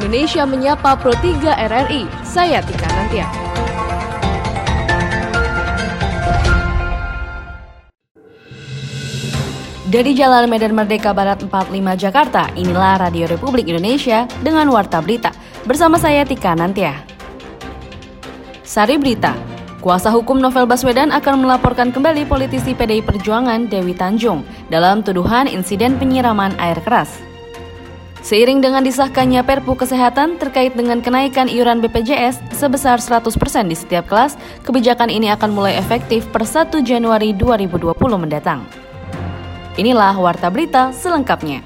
Indonesia Menyapa Pro 3 RRI. Saya Tika Nantia. Dari Jalan Medan Merdeka Barat 45 Jakarta, inilah Radio Republik Indonesia dengan Warta Berita. Bersama saya Tika Nantia. Sari Berita. Kuasa hukum Novel Baswedan akan melaporkan kembali politisi PDI Perjuangan Dewi Tanjung dalam tuduhan insiden penyiraman air keras. Seiring dengan disahkannya Perpu Kesehatan terkait dengan kenaikan iuran BPJS sebesar 100% di setiap kelas, kebijakan ini akan mulai efektif per 1 Januari 2020 mendatang. Inilah Warta Berita selengkapnya.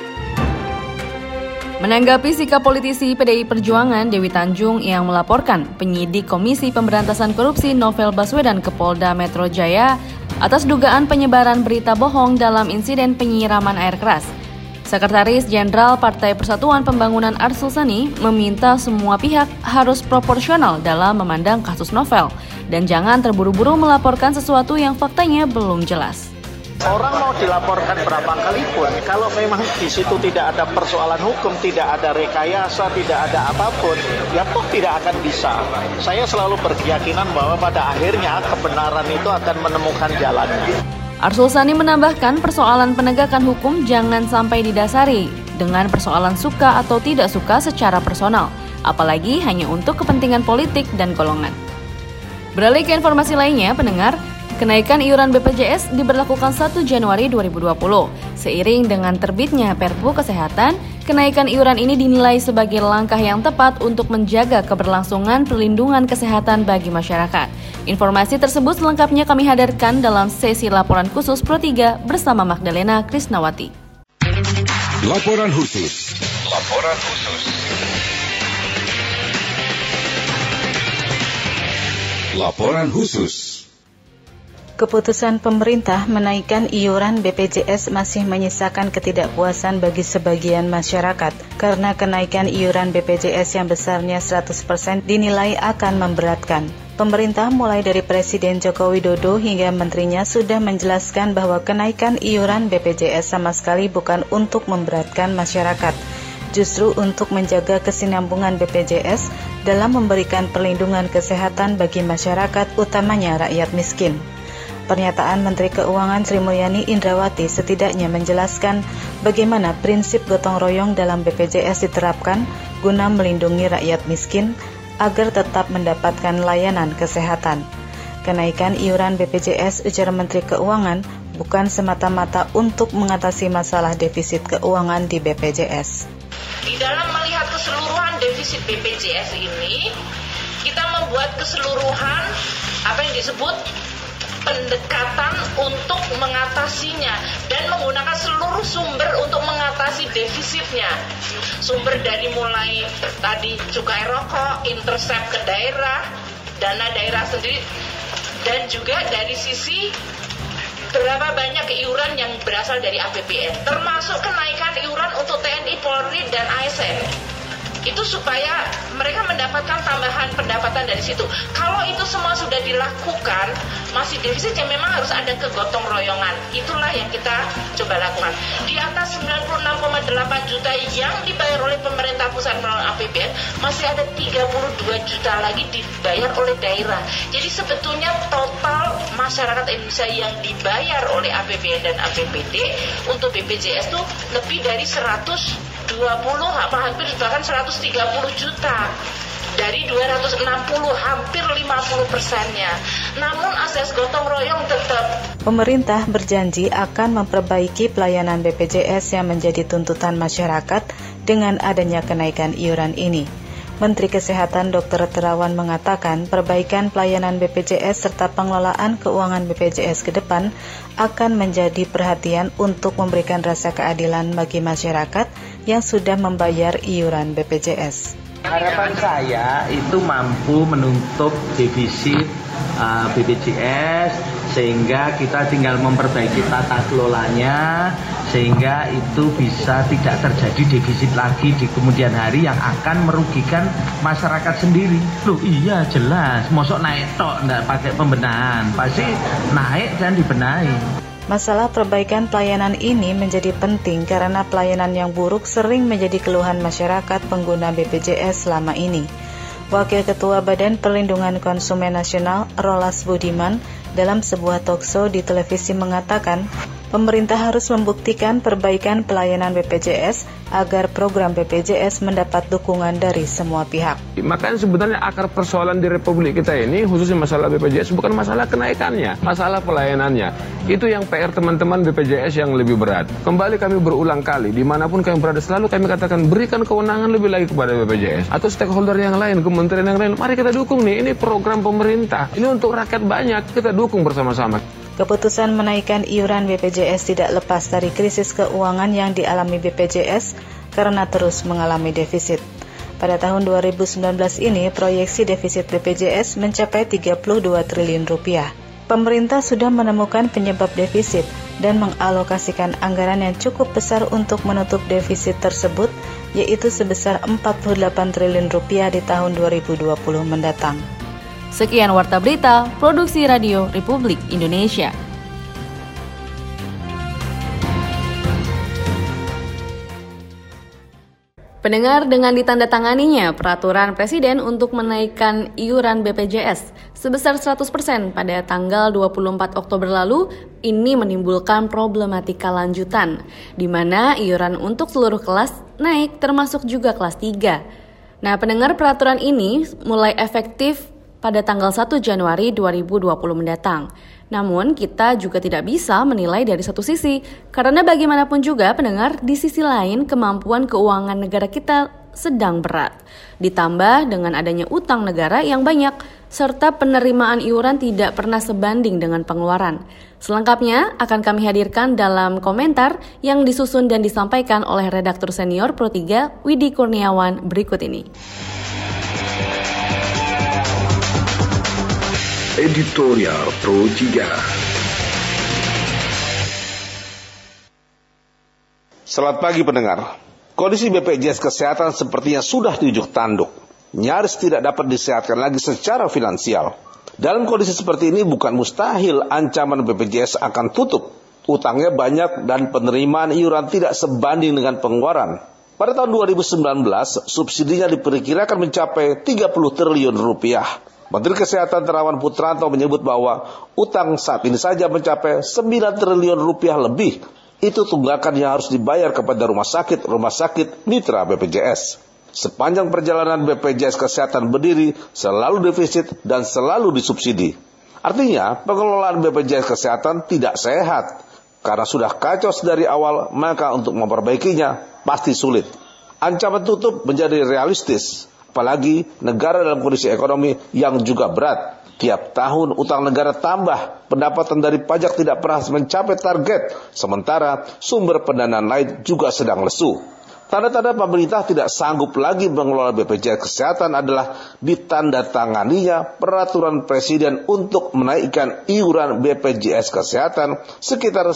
Menanggapi sikap politisi PDI Perjuangan Dewi Tanjung yang melaporkan penyidik Komisi Pemberantasan Korupsi Novel Baswedan ke Polda Metro Jaya atas dugaan penyebaran berita bohong dalam insiden penyiraman air keras, Sekretaris Jenderal Partai Persatuan Pembangunan Arsul Sani meminta semua pihak harus proporsional dalam memandang kasus Novel dan jangan terburu-buru melaporkan sesuatu yang faktanya belum jelas. Orang mau dilaporkan berapa kali pun, kalau memang di situ tidak ada persoalan hukum, tidak ada rekayasa, tidak ada apapun, ya toh tidak akan bisa. Saya selalu berkeyakinan bahwa pada akhirnya kebenaran itu akan menemukan jalannya. Arsul Sani menambahkan persoalan penegakan hukum jangan sampai didasari dengan persoalan suka atau tidak suka secara personal, apalagi hanya untuk kepentingan politik dan golongan. Beralih ke informasi lainnya, pendengar, kenaikan iuran BPJS diberlakukan 1 Januari 2020. Seiring dengan terbitnya Perpu Kesehatan, kenaikan iuran ini dinilai sebagai langkah yang tepat untuk menjaga keberlangsungan perlindungan kesehatan bagi masyarakat. Informasi tersebut selengkapnya kami hadirkan dalam sesi laporan khusus Pro 3 bersama Magdalena Krisnawati. Laporan khusus. Laporan khusus. Laporan khusus. Keputusan pemerintah menaikkan iuran BPJS masih menyisakan ketidakpuasan bagi sebagian masyarakat karena kenaikan iuran BPJS yang besarnya 100% dinilai akan memberatkan. Pemerintah mulai dari Presiden Joko Widodo hingga menterinya sudah menjelaskan bahwa kenaikan iuran BPJS sama sekali bukan untuk memberatkan masyarakat, justru untuk menjaga kesinambungan BPJS dalam memberikan perlindungan kesehatan bagi masyarakat, utamanya rakyat miskin. Pernyataan Menteri Keuangan Sri Mulyani Indrawati setidaknya menjelaskan bagaimana prinsip gotong royong dalam BPJS diterapkan guna melindungi rakyat miskin agar tetap mendapatkan layanan kesehatan. Kenaikan iuran BPJS, ujar Menteri Keuangan, bukan semata-mata untuk mengatasi masalah defisit keuangan di BPJS. Di dalam melihat keseluruhan defisit BPJS ini, kita membuat keseluruhan apa yang disebut pendekatan untuk mengatasinya dan menggunakan seluruh sumber untuk mengatasi defisitnya. Sumber dari mulai tadi cukai rokok, intercept ke daerah, dana daerah sendiri, dan juga dari sisi berapa banyak iuran yang berasal dari APBN, termasuk kenaikan iuran untuk TNI, Polri, dan ASN. Itu supaya mereka mendapatkan tambahan pendapatan dari situ. Kalau itu semua sudah dilakukan, masih defisit yang memang harus ada kegotong royongan. Itulah yang kita coba lakukan. Di atas 96,8 juta yang dibayar oleh pemerintah pusat melalui APBN, masih ada 32 juta lagi dibayar oleh daerah. Jadi sebetulnya total masyarakat Indonesia yang dibayar oleh APBN dan APBD untuk BPJS itu lebih dari 120, hampir bahkan 130 juta dari 260, hampir 50%-nya. Namun asas gotong royong tetap. Pemerintah berjanji akan memperbaiki pelayanan BPJS yang menjadi tuntutan masyarakat dengan adanya kenaikan iuran ini. Menteri Kesehatan Dr. Terawan mengatakan perbaikan pelayanan BPJS serta pengelolaan keuangan BPJS ke depan akan menjadi perhatian untuk memberikan rasa keadilan bagi masyarakat yang sudah membayar iuran BPJS. Harapan saya itu mampu menutup defisit BPJS sehingga kita tinggal memperbaiki tata kelolanya sehingga itu bisa tidak terjadi defisit lagi di kemudian hari yang akan merugikan masyarakat sendiri. Loh iya jelas, mosok naik tok nggak pakai pembenahan, pasti naik dan dibenahi. Masalah perbaikan pelayanan ini menjadi penting karena pelayanan yang buruk sering menjadi keluhan masyarakat pengguna BPJS selama ini. Wakil Ketua Badan Perlindungan Konsumen Nasional, Rolas Budiman, dalam sebuah talkshow di televisi mengatakan, pemerintah harus membuktikan perbaikan pelayanan BPJS agar program BPJS mendapat dukungan dari semua pihak. Makanya sebenarnya akar persoalan di Republik kita ini, khususnya masalah BPJS, bukan masalah kenaikannya, masalah pelayanannya. Itu yang PR teman-teman BPJS yang lebih berat. Kembali kami berulang kali, dimanapun kami berada selalu kami katakan berikan kewenangan lebih lagi kepada BPJS atau stakeholder yang lain, kementerian yang lain. Mari kita dukung nih, ini program pemerintah, ini untuk rakyat banyak, kita dukung bersama-sama. Keputusan menaikkan iuran BPJS tidak lepas dari krisis keuangan yang dialami BPJS karena terus mengalami defisit. Pada tahun 2019 ini, proyeksi defisit BPJS mencapai 32 triliun rupiah. Pemerintah sudah menemukan penyebab defisit dan mengalokasikan anggaran yang cukup besar untuk menutup defisit tersebut, yaitu sebesar 48 triliun rupiah di tahun 2020 mendatang. Sekian Warta Berita, Produksi Radio Republik Indonesia. Pendengar, dengan ditandatanganinya Peraturan Presiden untuk menaikkan iuran BPJS sebesar 100% pada tanggal 24 Oktober lalu, ini menimbulkan problematika lanjutan, di mana iuran untuk seluruh kelas naik termasuk juga kelas 3. Nah, pendengar, peraturan ini mulai efektif pada tanggal 1 Januari 2020 mendatang. Namun, kita juga tidak bisa menilai dari satu sisi, karena bagaimanapun juga pendengar, di sisi lain kemampuan keuangan negara kita sedang berat. Ditambah dengan adanya utang negara yang banyak, serta penerimaan iuran tidak pernah sebanding dengan pengeluaran. Selengkapnya akan kami hadirkan dalam komentar yang disusun dan disampaikan oleh redaktur senior Pro 3 Widi Kurniawan berikut ini. Editorial Pro 3. Selamat pagi pendengar. Kondisi BPJS Kesehatan sepertinya sudah diujuk tanduk. Nyaris tidak dapat disehatkan lagi secara finansial. Dalam kondisi seperti ini bukan mustahil ancaman BPJS akan tutup. Utangnya banyak dan penerimaan iuran tidak sebanding dengan pengeluaran. Pada tahun 2019, subsidinya diperkirakan mencapai 30 triliun rupiah. Menteri Kesehatan Terawan Putranto menyebut bahwa utang saat ini saja mencapai 9 triliun rupiah lebih. Itu tunggakan yang harus dibayar kepada rumah sakit mitra BPJS. Sepanjang perjalanan BPJS Kesehatan berdiri, selalu defisit dan selalu disubsidi. Artinya, pengelolaan BPJS Kesehatan tidak sehat. Karena sudah kacau dari awal, maka untuk memperbaikinya pasti sulit. Ancaman tutup menjadi realistis. Apalagi negara dalam kondisi ekonomi yang juga berat. Tiap tahun utang negara tambah, pendapatan dari pajak tidak pernah mencapai target, sementara sumber pendanaan lain juga sedang lesu. Tanda-tanda pemerintah tidak sanggup lagi mengelola BPJS Kesehatan adalah ditandatanganinya Peraturan Presiden untuk menaikkan iuran BPJS Kesehatan sekitar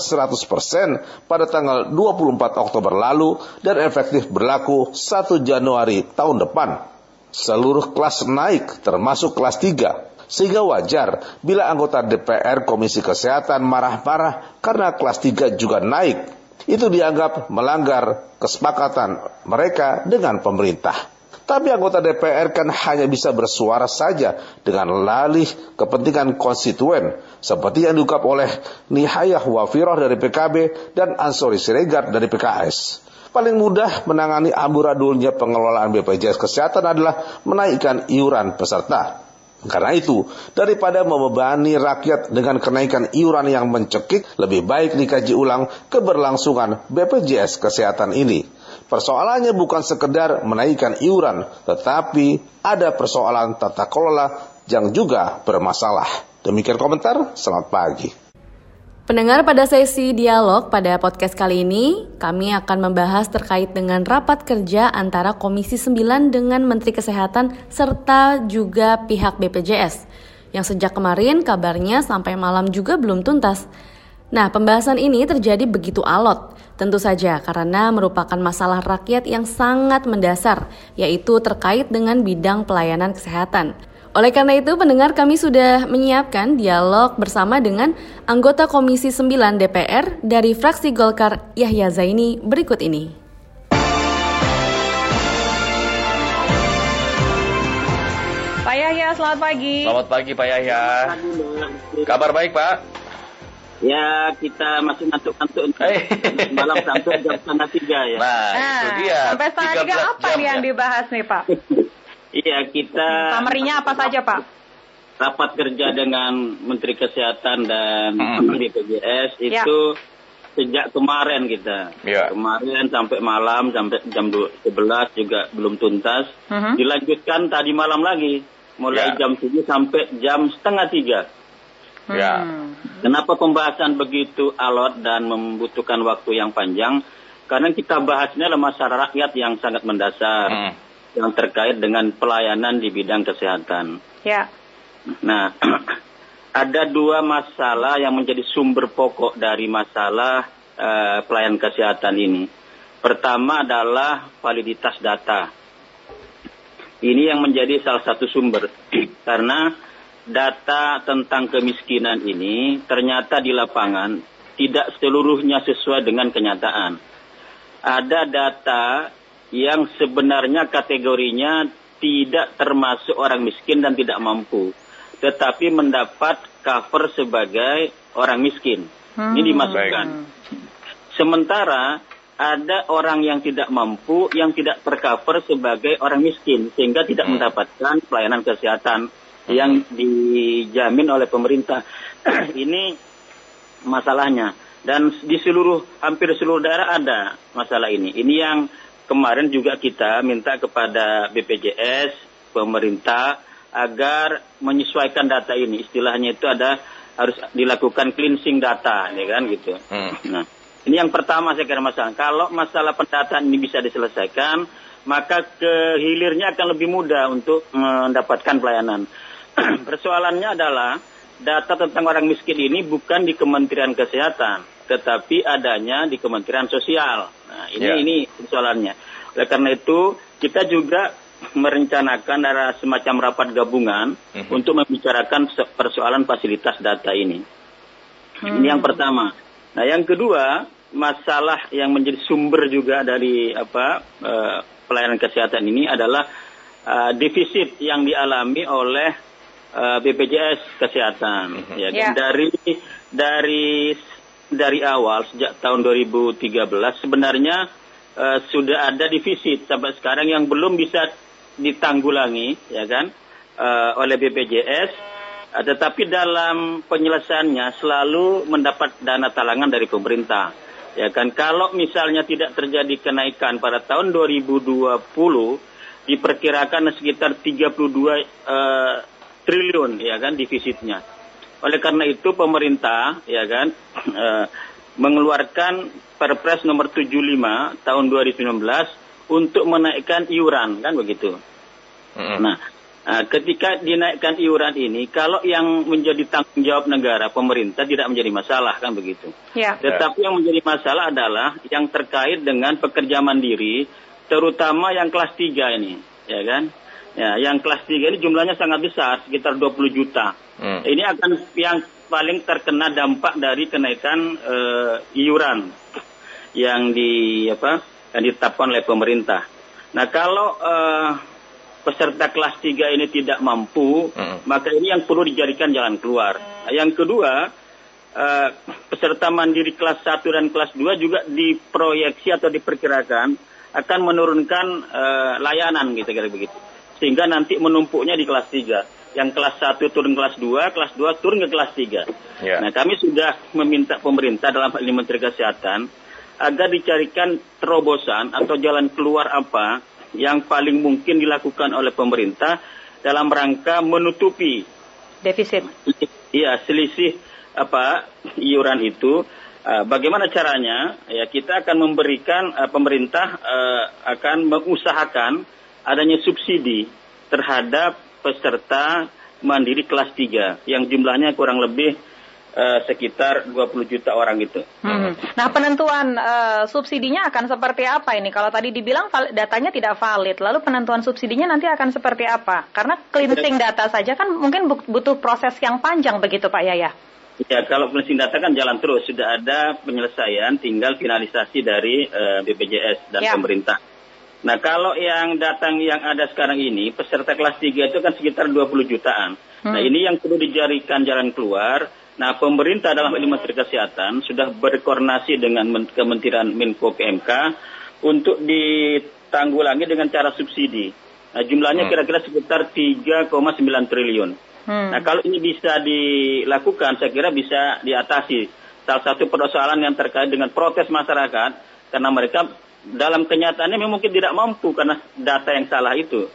100% pada tanggal 24 Oktober lalu dan efektif berlaku 1 Januari tahun depan. Seluruh kelas naik, termasuk kelas 3. Sehingga wajar bila anggota DPR Komisi Kesehatan marah-marah karena kelas 3 juga naik. Itu dianggap melanggar kesepakatan mereka dengan pemerintah. Tapi anggota DPR kan hanya bisa bersuara saja dengan lalih kepentingan konstituen, seperti yang diungkap oleh Nihayah Wafiroh dari PKB dan Ansori Siregar dari PKS. Paling mudah menangani amburadulnya pengelolaan BPJS Kesehatan adalah menaikkan iuran peserta. Karena itu, daripada membebani rakyat dengan kenaikan iuran yang mencekik, lebih baik dikaji ulang keberlangsungan BPJS Kesehatan ini. Persoalannya bukan sekedar menaikkan iuran, tetapi ada persoalan tata kelola yang juga bermasalah. Demikian komentar, selamat pagi. Pendengar, pada sesi dialog pada podcast kali ini, kami akan membahas terkait dengan rapat kerja antara Komisi 9 dengan Menteri Kesehatan serta juga pihak BPJS, yang sejak kemarin kabarnya sampai malam juga belum tuntas. Nah, pembahasan ini terjadi begitu alot, tentu saja karena merupakan masalah rakyat yang sangat mendasar, yaitu terkait dengan bidang pelayanan kesehatan. Oleh karena itu, pendengar, kami sudah menyiapkan dialog bersama dengan anggota Komisi 9 DPR dari fraksi Golkar, Yahya Zaini, berikut ini. Pak Yahya, selamat pagi. Selamat pagi Pak Yahya. Kabar baik Pak? Ya, kita masih ngantuk-ngantuk malam sampai jam 2:30 ya. Nah, itu dia. Sampai 2:30 apa nih yang dibahas nih Pak? Iya, kita... Summary-nya apa saja Pak? Rapat kerja dengan Menteri Kesehatan dan BPJS itu sejak kemarin kita. Kemarin sampai malam, sampai jam 11 juga belum tuntas. Dilanjutkan tadi malam lagi, mulai jam 7 sampai jam 2:30. Kenapa pembahasan begitu alot dan membutuhkan waktu yang panjang? Karena kita bahasnya adalah masalah rakyat yang sangat mendasar. Yang terkait dengan pelayanan di bidang kesehatan. Ya. Nah, ada dua masalah yang menjadi sumber pokok dari masalah pelayanan kesehatan ini. Pertama adalah validitas data. Ini yang menjadi salah satu sumber. Karena data tentang kemiskinan ini ternyata di lapangan tidak seluruhnya sesuai dengan kenyataan. Ada data yang sebenarnya kategorinya tidak termasuk orang miskin dan tidak mampu, tetapi mendapat cover sebagai orang miskin. Ini dimasukkan. Sementara ada orang yang tidak mampu yang tidak tercover sebagai orang miskin, sehingga tidak mendapatkan pelayanan kesehatan yang dijamin oleh pemerintah. Ini masalahnya. Dan di hampir seluruh daerah ada masalah ini. Ini yang kemarin juga kita minta kepada BPJS, pemerintah, agar menyesuaikan data ini. Istilahnya itu harus dilakukan cleansing data, ya kan gitu. Nah, ini yang pertama saya kira masalah. Kalau masalah pendataan ini bisa diselesaikan, maka kehilirnya akan lebih mudah untuk mendapatkan pelayanan. Persoalannya adalah data tentang orang miskin ini bukan di Kementerian Kesehatan, tetapi adanya di Kementerian Sosial. Nah, ini persoalannya. Oleh karena itu, kita juga merencanakan ada semacam rapat gabungan untuk membicarakan persoalan fasilitas data ini. Ini yang pertama. Nah, yang kedua, masalah yang menjadi sumber juga dari pelayanan kesehatan ini adalah defisit yang dialami oleh BPJS Kesehatan. Dari awal sejak tahun 2013 sebenarnya sudah ada defisit sampai sekarang yang belum bisa ditanggulangi, ya kan, oleh BPJS. Tetapi dalam penyelesaiannya selalu mendapat dana talangan dari pemerintah. Ya kan, kalau misalnya tidak terjadi kenaikan pada tahun 2020 diperkirakan sekitar 32 triliun, ya kan, defisitnya. Oleh karena itu pemerintah, ya kan, mengeluarkan Perpres nomor 75 tahun 2019 untuk menaikkan iuran, kan begitu. Nah, ketika dinaikkan iuran ini, kalau yang menjadi tanggung jawab negara, pemerintah, tidak menjadi masalah, kan begitu. Tetapi yang menjadi masalah adalah yang terkait dengan pekerja mandiri, terutama yang kelas 3 ini, ya kan. Ya, yang kelas 3 ini jumlahnya sangat besar, sekitar 20 juta. Ini akan yang paling terkena dampak dari kenaikan iuran yang ditetapkan oleh pemerintah. Nah, kalau peserta kelas 3 ini tidak mampu, maka ini yang perlu dijadikan jalan keluar. Yang kedua, peserta mandiri kelas 1 dan kelas 2 juga diproyeksi atau diperkirakan akan menurunkan layanan, gitu kira begitu. Sehingga nanti menumpuknya di kelas 3. Yang kelas 1 turun kelas 2, kelas 2 turun ke kelas 3. Nah, kami sudah meminta pemerintah dalam hal ini Menteri Kesehatan agar dicarikan terobosan atau jalan keluar apa yang paling mungkin dilakukan oleh pemerintah dalam rangka menutupi defisit. Iya, selisih iuran itu. Bagaimana caranya? Ya, kita akan memberikan pemerintah akan mengusahakan adanya subsidi terhadap peserta mandiri kelas 3 yang jumlahnya kurang lebih sekitar 20 juta orang gitu. Nah, penentuan subsidinya akan seperti apa ini? Kalau tadi dibilang datanya tidak valid, lalu penentuan subsidinya nanti akan seperti apa? Karena cleansing data saja kan mungkin butuh proses yang panjang begitu Pak Yaya. Ya, kalau cleansing data kan jalan terus, sudah ada penyelesaian, tinggal finalisasi dari BPJS dan pemerintah. Nah, kalau yang datang yang ada sekarang ini, peserta kelas 3 itu kan sekitar 20 jutaan. Nah, ini yang perlu dijadikan jalan keluar. Nah, pemerintah dalam hal ini Menteri Kesehatan sudah berkoordinasi dengan Kementerian Menko PMK untuk ditanggulangi dengan cara subsidi. Nah, jumlahnya kira-kira sekitar 3,9 triliun. Nah, kalau ini bisa dilakukan, saya kira bisa diatasi. Salah satu persoalan yang terkait dengan protes masyarakat, karena mereka dalam kenyataannya mungkin tidak mampu karena data yang salah itu.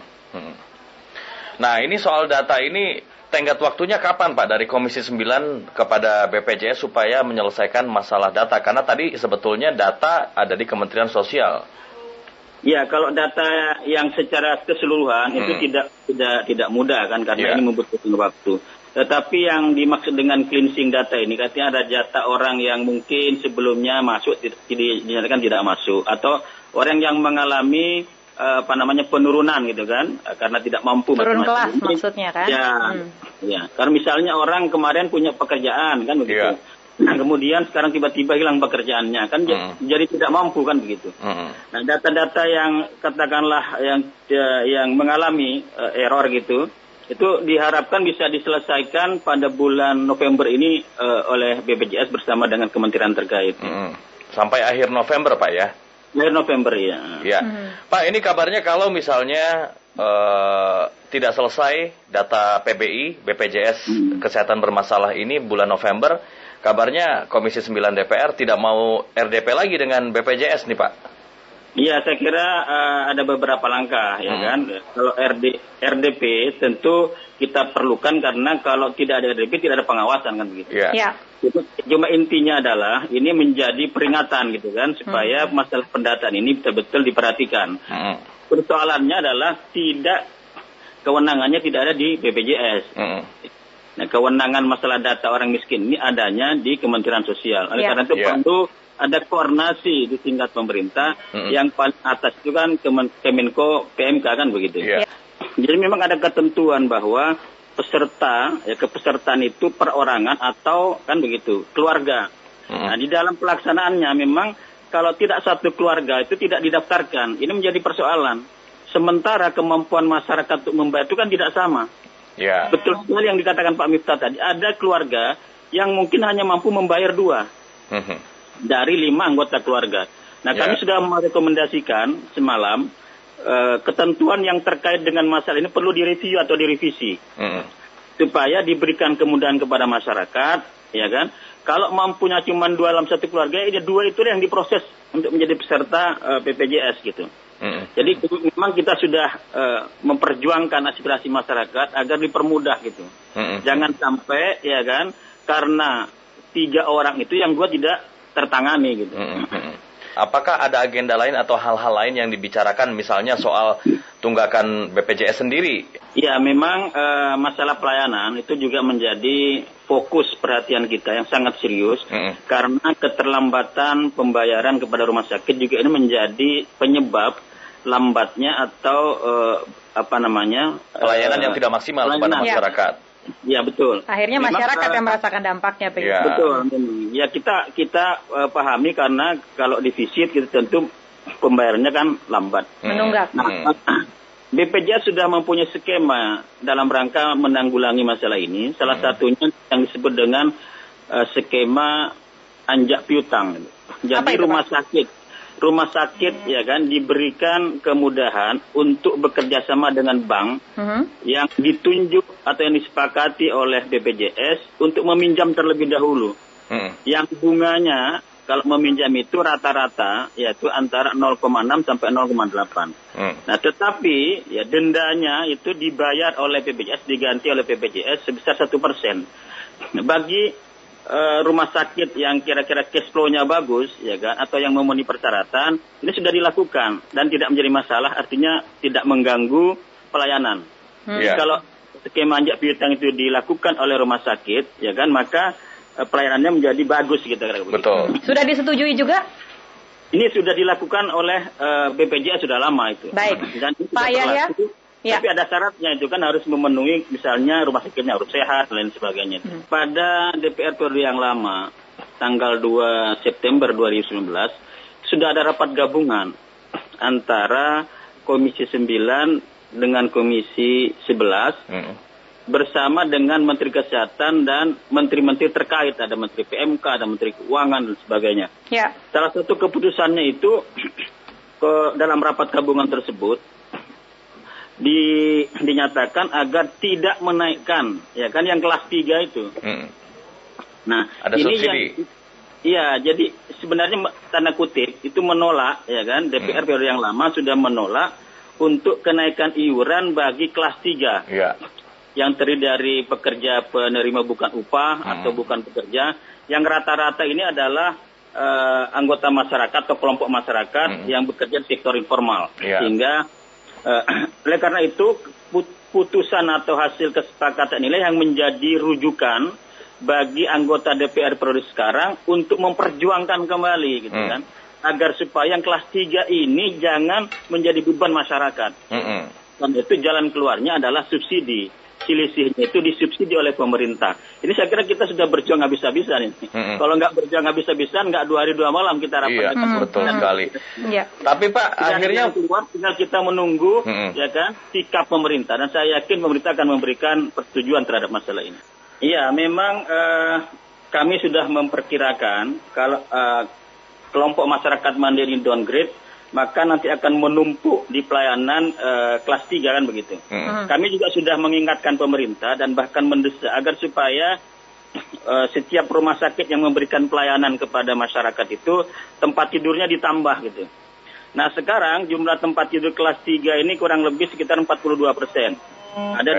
Nah, ini soal data ini, tenggat waktunya kapan Pak dari Komisi 9 kepada BPJS supaya menyelesaikan masalah data? Karena tadi sebetulnya data ada di Kementerian Sosial. Ya, kalau data yang secara keseluruhan itu tidak mudah kan, karena ini membutuhkan waktu. Tetapi yang dimaksud dengan cleansing data ini, katanya ada data orang yang mungkin sebelumnya masuk dinyatakan tidak masuk, atau orang yang mengalami penurunan gitu kan, karena tidak mampu. Turun kelas maksudnya kan? Ya. Karena misalnya orang kemarin punya pekerjaan kan begitu. Nah, kemudian sekarang tiba-tiba hilang pekerjaannya kan, jadi tidak mampu kan begitu. Nah, data-data yang katakanlah yang mengalami error gitu, itu diharapkan bisa diselesaikan pada bulan November ini oleh BPJS bersama dengan kementerian terkait. Sampai akhir November Pak ya? Akhir November ya. Pak, ini kabarnya kalau misalnya tidak selesai data PBI, BPJS Kesehatan bermasalah ini bulan November, kabarnya Komisi 9 DPR tidak mau RDP lagi dengan BPJS nih Pak. Iya, saya kira ada beberapa langkah ya kan. Kalau RDP tentu kita perlukan, karena kalau tidak ada RDP tidak ada pengawasan kan begitu. Cuma intinya adalah ini menjadi peringatan gitu kan, supaya masalah pendataan ini betul-betul diperhatikan. Persoalannya adalah kewenangannya tidak ada di BPJS. Nah, kewenangan masalah data orang miskin ini adanya di Kementerian Sosial. Oleh karena itu perlu ada koordinasi di tingkat pemerintah, yang paling atas itu kan Kemenko PMK kan begitu. Jadi memang ada ketentuan bahwa kepesertaan itu perorangan atau kan begitu, keluarga. Nah, di dalam pelaksanaannya memang kalau tidak satu keluarga itu tidak didaftarkan. Ini menjadi persoalan. Sementara kemampuan masyarakat untuk membayar itu kan tidak sama. Betul sekali yang dikatakan Pak Miftah tadi. Ada keluarga yang mungkin hanya mampu membayar 2 dari 5 anggota keluarga. Nah, kami sudah merekomendasikan semalam ketentuan yang terkait dengan masalah ini perlu direview atau direvisi supaya diberikan kemudahan kepada masyarakat, ya kan? Kalau mampunya cuma 2 dalam satu keluarga, ya 2 itu yang diproses untuk menjadi peserta BPJS gitu. Jadi memang kita sudah memperjuangkan aspirasi masyarakat agar dipermudah gitu. Jangan sampai ya kan, karena 3 orang itu yang 2 tidak tertangani gitu. Apakah ada agenda lain atau hal-hal lain yang dibicarakan, misalnya soal tunggakan BPJS sendiri? Ya, memang masalah pelayanan itu juga menjadi fokus perhatian kita yang sangat serius, karena keterlambatan pembayaran kepada rumah sakit juga ini menjadi penyebab lambatnya atau pelayanan yang tidak maksimal kepada masyarakat. Ya, betul. Akhirnya masyarakat yang merasakan dampaknya begitu. Betul. Ya, kita pahami, karena kalau defisit kita tentu pembayarannya kan lambat. Menunggak. Nah, BPJS sudah mempunyai skema dalam rangka menanggulangi masalah ini. Salah satunya yang disebut dengan skema anjak piutang. Jadi rumah sakit ya kan diberikan kemudahan untuk bekerja sama dengan bank yang ditunjuk atau yang disepakati oleh BPJS untuk meminjam terlebih dahulu. Yang bunganya kalau meminjam itu rata-rata yaitu antara 0,6 sampai 0,8. Nah, tetapi ya dendanya itu dibayar oleh BPJS, diganti oleh BPJS sebesar 1%. Bagi rumah sakit yang kira-kira cash flow-nya bagus, ya kan, atau yang memenuhi persyaratan, ini sudah dilakukan dan tidak menjadi masalah, artinya tidak mengganggu pelayanan. Jadi kalau skema anjak piutang itu dilakukan oleh rumah sakit, ya kan, maka pelayanannya menjadi bagus gitu. Betul. Sudah disetujui juga? Ini sudah dilakukan oleh BPJS sudah lama itu. Baik. Dan itu Pak Yahya? Ya. Tapi ada syaratnya itu kan harus memenuhi misalnya rumah sakitnya harus sehat dan lain sebagainya. Pada DPR periode yang lama, tanggal 2 September 2019, sudah ada rapat gabungan antara Komisi 9 dengan Komisi 11 bersama dengan Menteri Kesehatan dan menteri-menteri terkait, ada Menteri PMK, ada Menteri Keuangan dan sebagainya. Ya. Salah satu keputusannya itu dalam rapat gabungan tersebut dinyatakan agar tidak menaikkan, ya kan, yang kelas 3 itu. Nah, ada ini subsidi. Jadi sebenarnya tanda kutip itu menolak, ya kan, DPR periode yang lama sudah menolak untuk kenaikan iuran bagi kelas 3. Ya. Yang terdiri dari pekerja penerima bukan upah atau bukan pekerja, yang rata-rata ini adalah anggota masyarakat atau kelompok masyarakat yang bekerja di sektor informal. Sehingga oleh karena itu putusan atau hasil kesepakatan inilah yang menjadi rujukan bagi anggota DPR periode sekarang untuk memperjuangkan kembali gitu kan, agar supaya yang kelas 3 ini jangan menjadi beban masyarakat. Dan itu jalan keluarnya adalah subsidi. Selisihnya itu disubsidi oleh pemerintah. Ini saya kira kita sudah berjuang habis-habisan ini. Kalau nggak berjuang habis-habisan, nggak 2 hari 2 malam kita rapat. Betul sekali. Ya. Tapi Pak, akhirnya keluar, tinggal kita menunggu, ya kan, sikap pemerintah. Dan saya yakin pemerintah akan memberikan persetujuan terhadap masalah ini. Iya, memang kami sudah memperkirakan kalau kelompok masyarakat mandiri downgrade, maka nanti akan menumpuk di pelayanan kelas 3 kan begitu. Kami juga sudah mengingatkan pemerintah dan bahkan mendesak agar supaya setiap rumah sakit yang memberikan pelayanan kepada masyarakat itu tempat tidurnya ditambah gitu. Nah sekarang jumlah tempat tidur kelas 3 ini kurang lebih sekitar 42%. Ada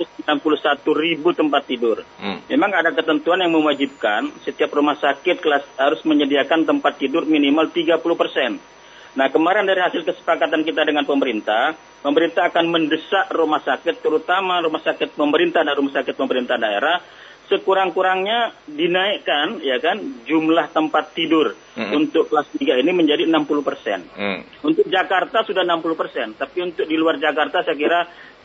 291.000 tempat tidur. Memang ada ketentuan yang mewajibkan setiap rumah sakit harus menyediakan tempat tidur minimal 30%. Nah, kemarin dari hasil kesepakatan kita dengan pemerintah akan mendesak rumah sakit, terutama rumah sakit pemerintah dan rumah sakit pemerintah daerah, sekurang-kurangnya dinaikkan, ya kan, jumlah tempat tidur untuk kelas 3 ini menjadi 60%. Untuk Jakarta sudah 60%, tapi untuk di luar Jakarta saya kira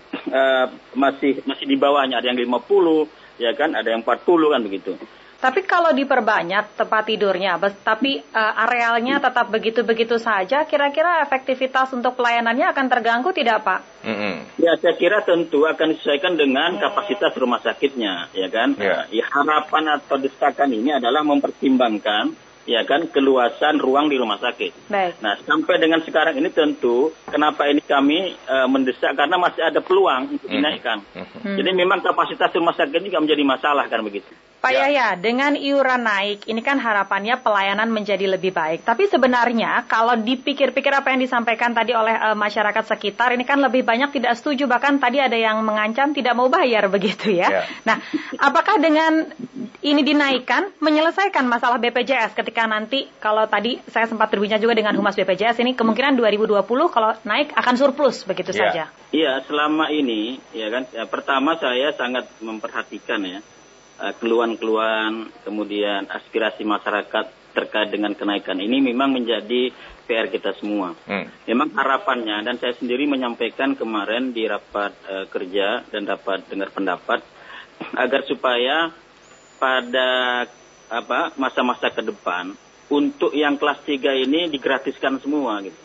masih di bawahnya, ada yang 50, ya kan, ada yang 40 kan begitu. Tapi kalau diperbanyak tempat tidurnya, tapi arealnya tetap begitu-begitu saja, kira-kira efektivitas untuk pelayanannya akan terganggu tidak, Pak? Ya, saya kira tentu akan disesuaikan dengan kapasitas rumah sakitnya, ya kan? Ya, harapan atau desakan ini adalah mempertimbangkan, ya kan, keluasan ruang di rumah sakit. Baik. Nah, sampai dengan sekarang ini tentu, kenapa ini kami mendesak, karena masih ada peluang untuk dinaikkan. Jadi memang kapasitas rumah sakit juga menjadi masalah kan begitu. Pak Yahya, dengan iuran naik, ini kan harapannya pelayanan menjadi lebih baik. Tapi sebenarnya kalau dipikir-pikir apa yang disampaikan tadi oleh masyarakat sekitar, ini kan lebih banyak tidak setuju. Bahkan tadi ada yang mengancam tidak mau bayar begitu ya. Nah, apakah dengan ini dinaikkan menyelesaikan masalah BPJS ketika nanti, kalau tadi saya sempat berbincang juga dengan Humas BPJS, ini kemungkinan 2020 kalau naik akan surplus begitu saja? Iya, selama ini, ya kan, pertama saya sangat memperhatikan ya, keluhan-keluhan, kemudian aspirasi masyarakat terkait dengan kenaikan ini memang menjadi PR kita semua. Memang harapannya, dan saya sendiri menyampaikan kemarin di rapat kerja dan rapat dengar pendapat, agar supaya pada masa-masa ke depan untuk yang kelas 3 ini digratiskan semua gitu.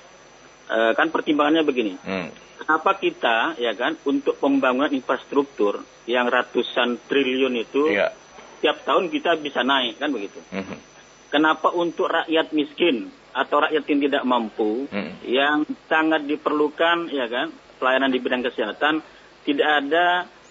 Kan pertimbangannya begini. Kenapa kita, ya kan, untuk pembangunan infrastruktur yang ratusan triliun itu tiap tahun kita bisa naik kan begitu. Kenapa untuk rakyat miskin atau rakyat yang tidak mampu yang sangat diperlukan, ya kan, pelayanan di bidang kesehatan tidak ada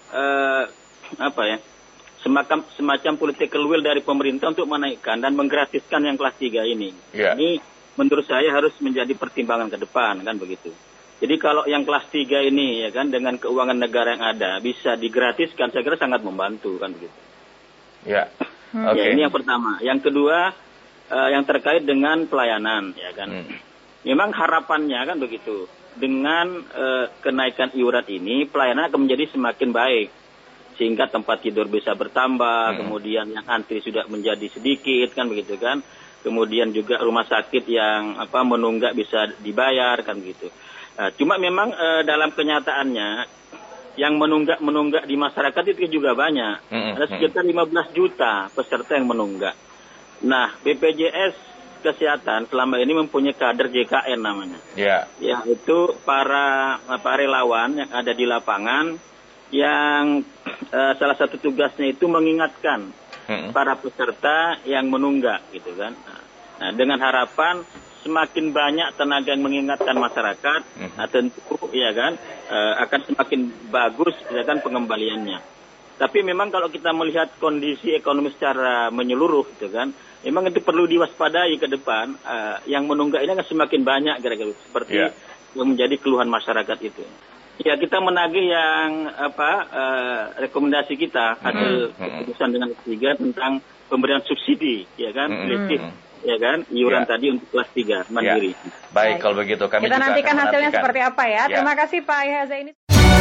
semacam political will dari pemerintah untuk menaikkan dan menggratiskan yang kelas 3 ini. Ini menurut saya harus menjadi pertimbangan ke depan kan begitu. Jadi kalau yang kelas 3 ini, ya kan, dengan keuangan negara yang ada bisa digratiskan, saya kira sangat membantu kan begitu. Ya, ini yang pertama. Yang kedua, yang terkait dengan pelayanan, ya kan. Memang harapannya kan begitu. Dengan kenaikan iuran ini, pelayanan akan menjadi semakin baik. sehingga tempat tidur bisa bertambah, kemudian yang antri sudah menjadi sedikit kan begitu kan. Kemudian juga rumah sakit yang menunggak bisa dibayar kan begitu. Cuma memang dalam kenyataannya yang menunggak di masyarakat itu juga banyak. Ada sekitar 15 juta peserta yang menunggak. Nah, BPJS Kesehatan selama ini mempunyai kader JKN namanya. Yaitu para relawan yang ada di lapangan yang salah satu tugasnya itu mengingatkan para peserta yang menunggak gitu kan. Nah, dengan harapan semakin banyak tenaga yang mengingatkan masyarakat, tentu ya kan akan semakin bagus ya kan pengembaliannya. Tapi memang kalau kita melihat kondisi ekonomi secara menyeluruh gitu kan, memang itu perlu diwaspadai ke depan. Yang menunggak ini akan semakin banyak kira-kira seperti yang menjadi keluhan masyarakat itu. Ya, kita menagih yang rekomendasi kita hasil keputusan dengan ketiga tentang pemberian subsidi ya kan, selektif ya kan, iuran tadi untuk kelas 3 mandiri. Baik, kalau begitu kami kita juga nantikan akan hasilnya seperti apa ya. Ya. Terima kasih Pak Yahya Zaini.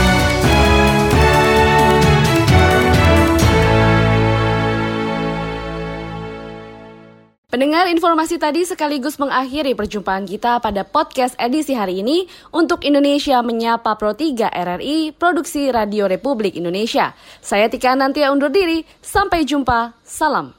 Pendengar, informasi tadi sekaligus mengakhiri perjumpaan kita pada podcast edisi hari ini untuk Indonesia Menyapa Pro 3 RRI, Produksi Radio Republik Indonesia. Saya Tika Nantia undur diri, sampai jumpa, salam.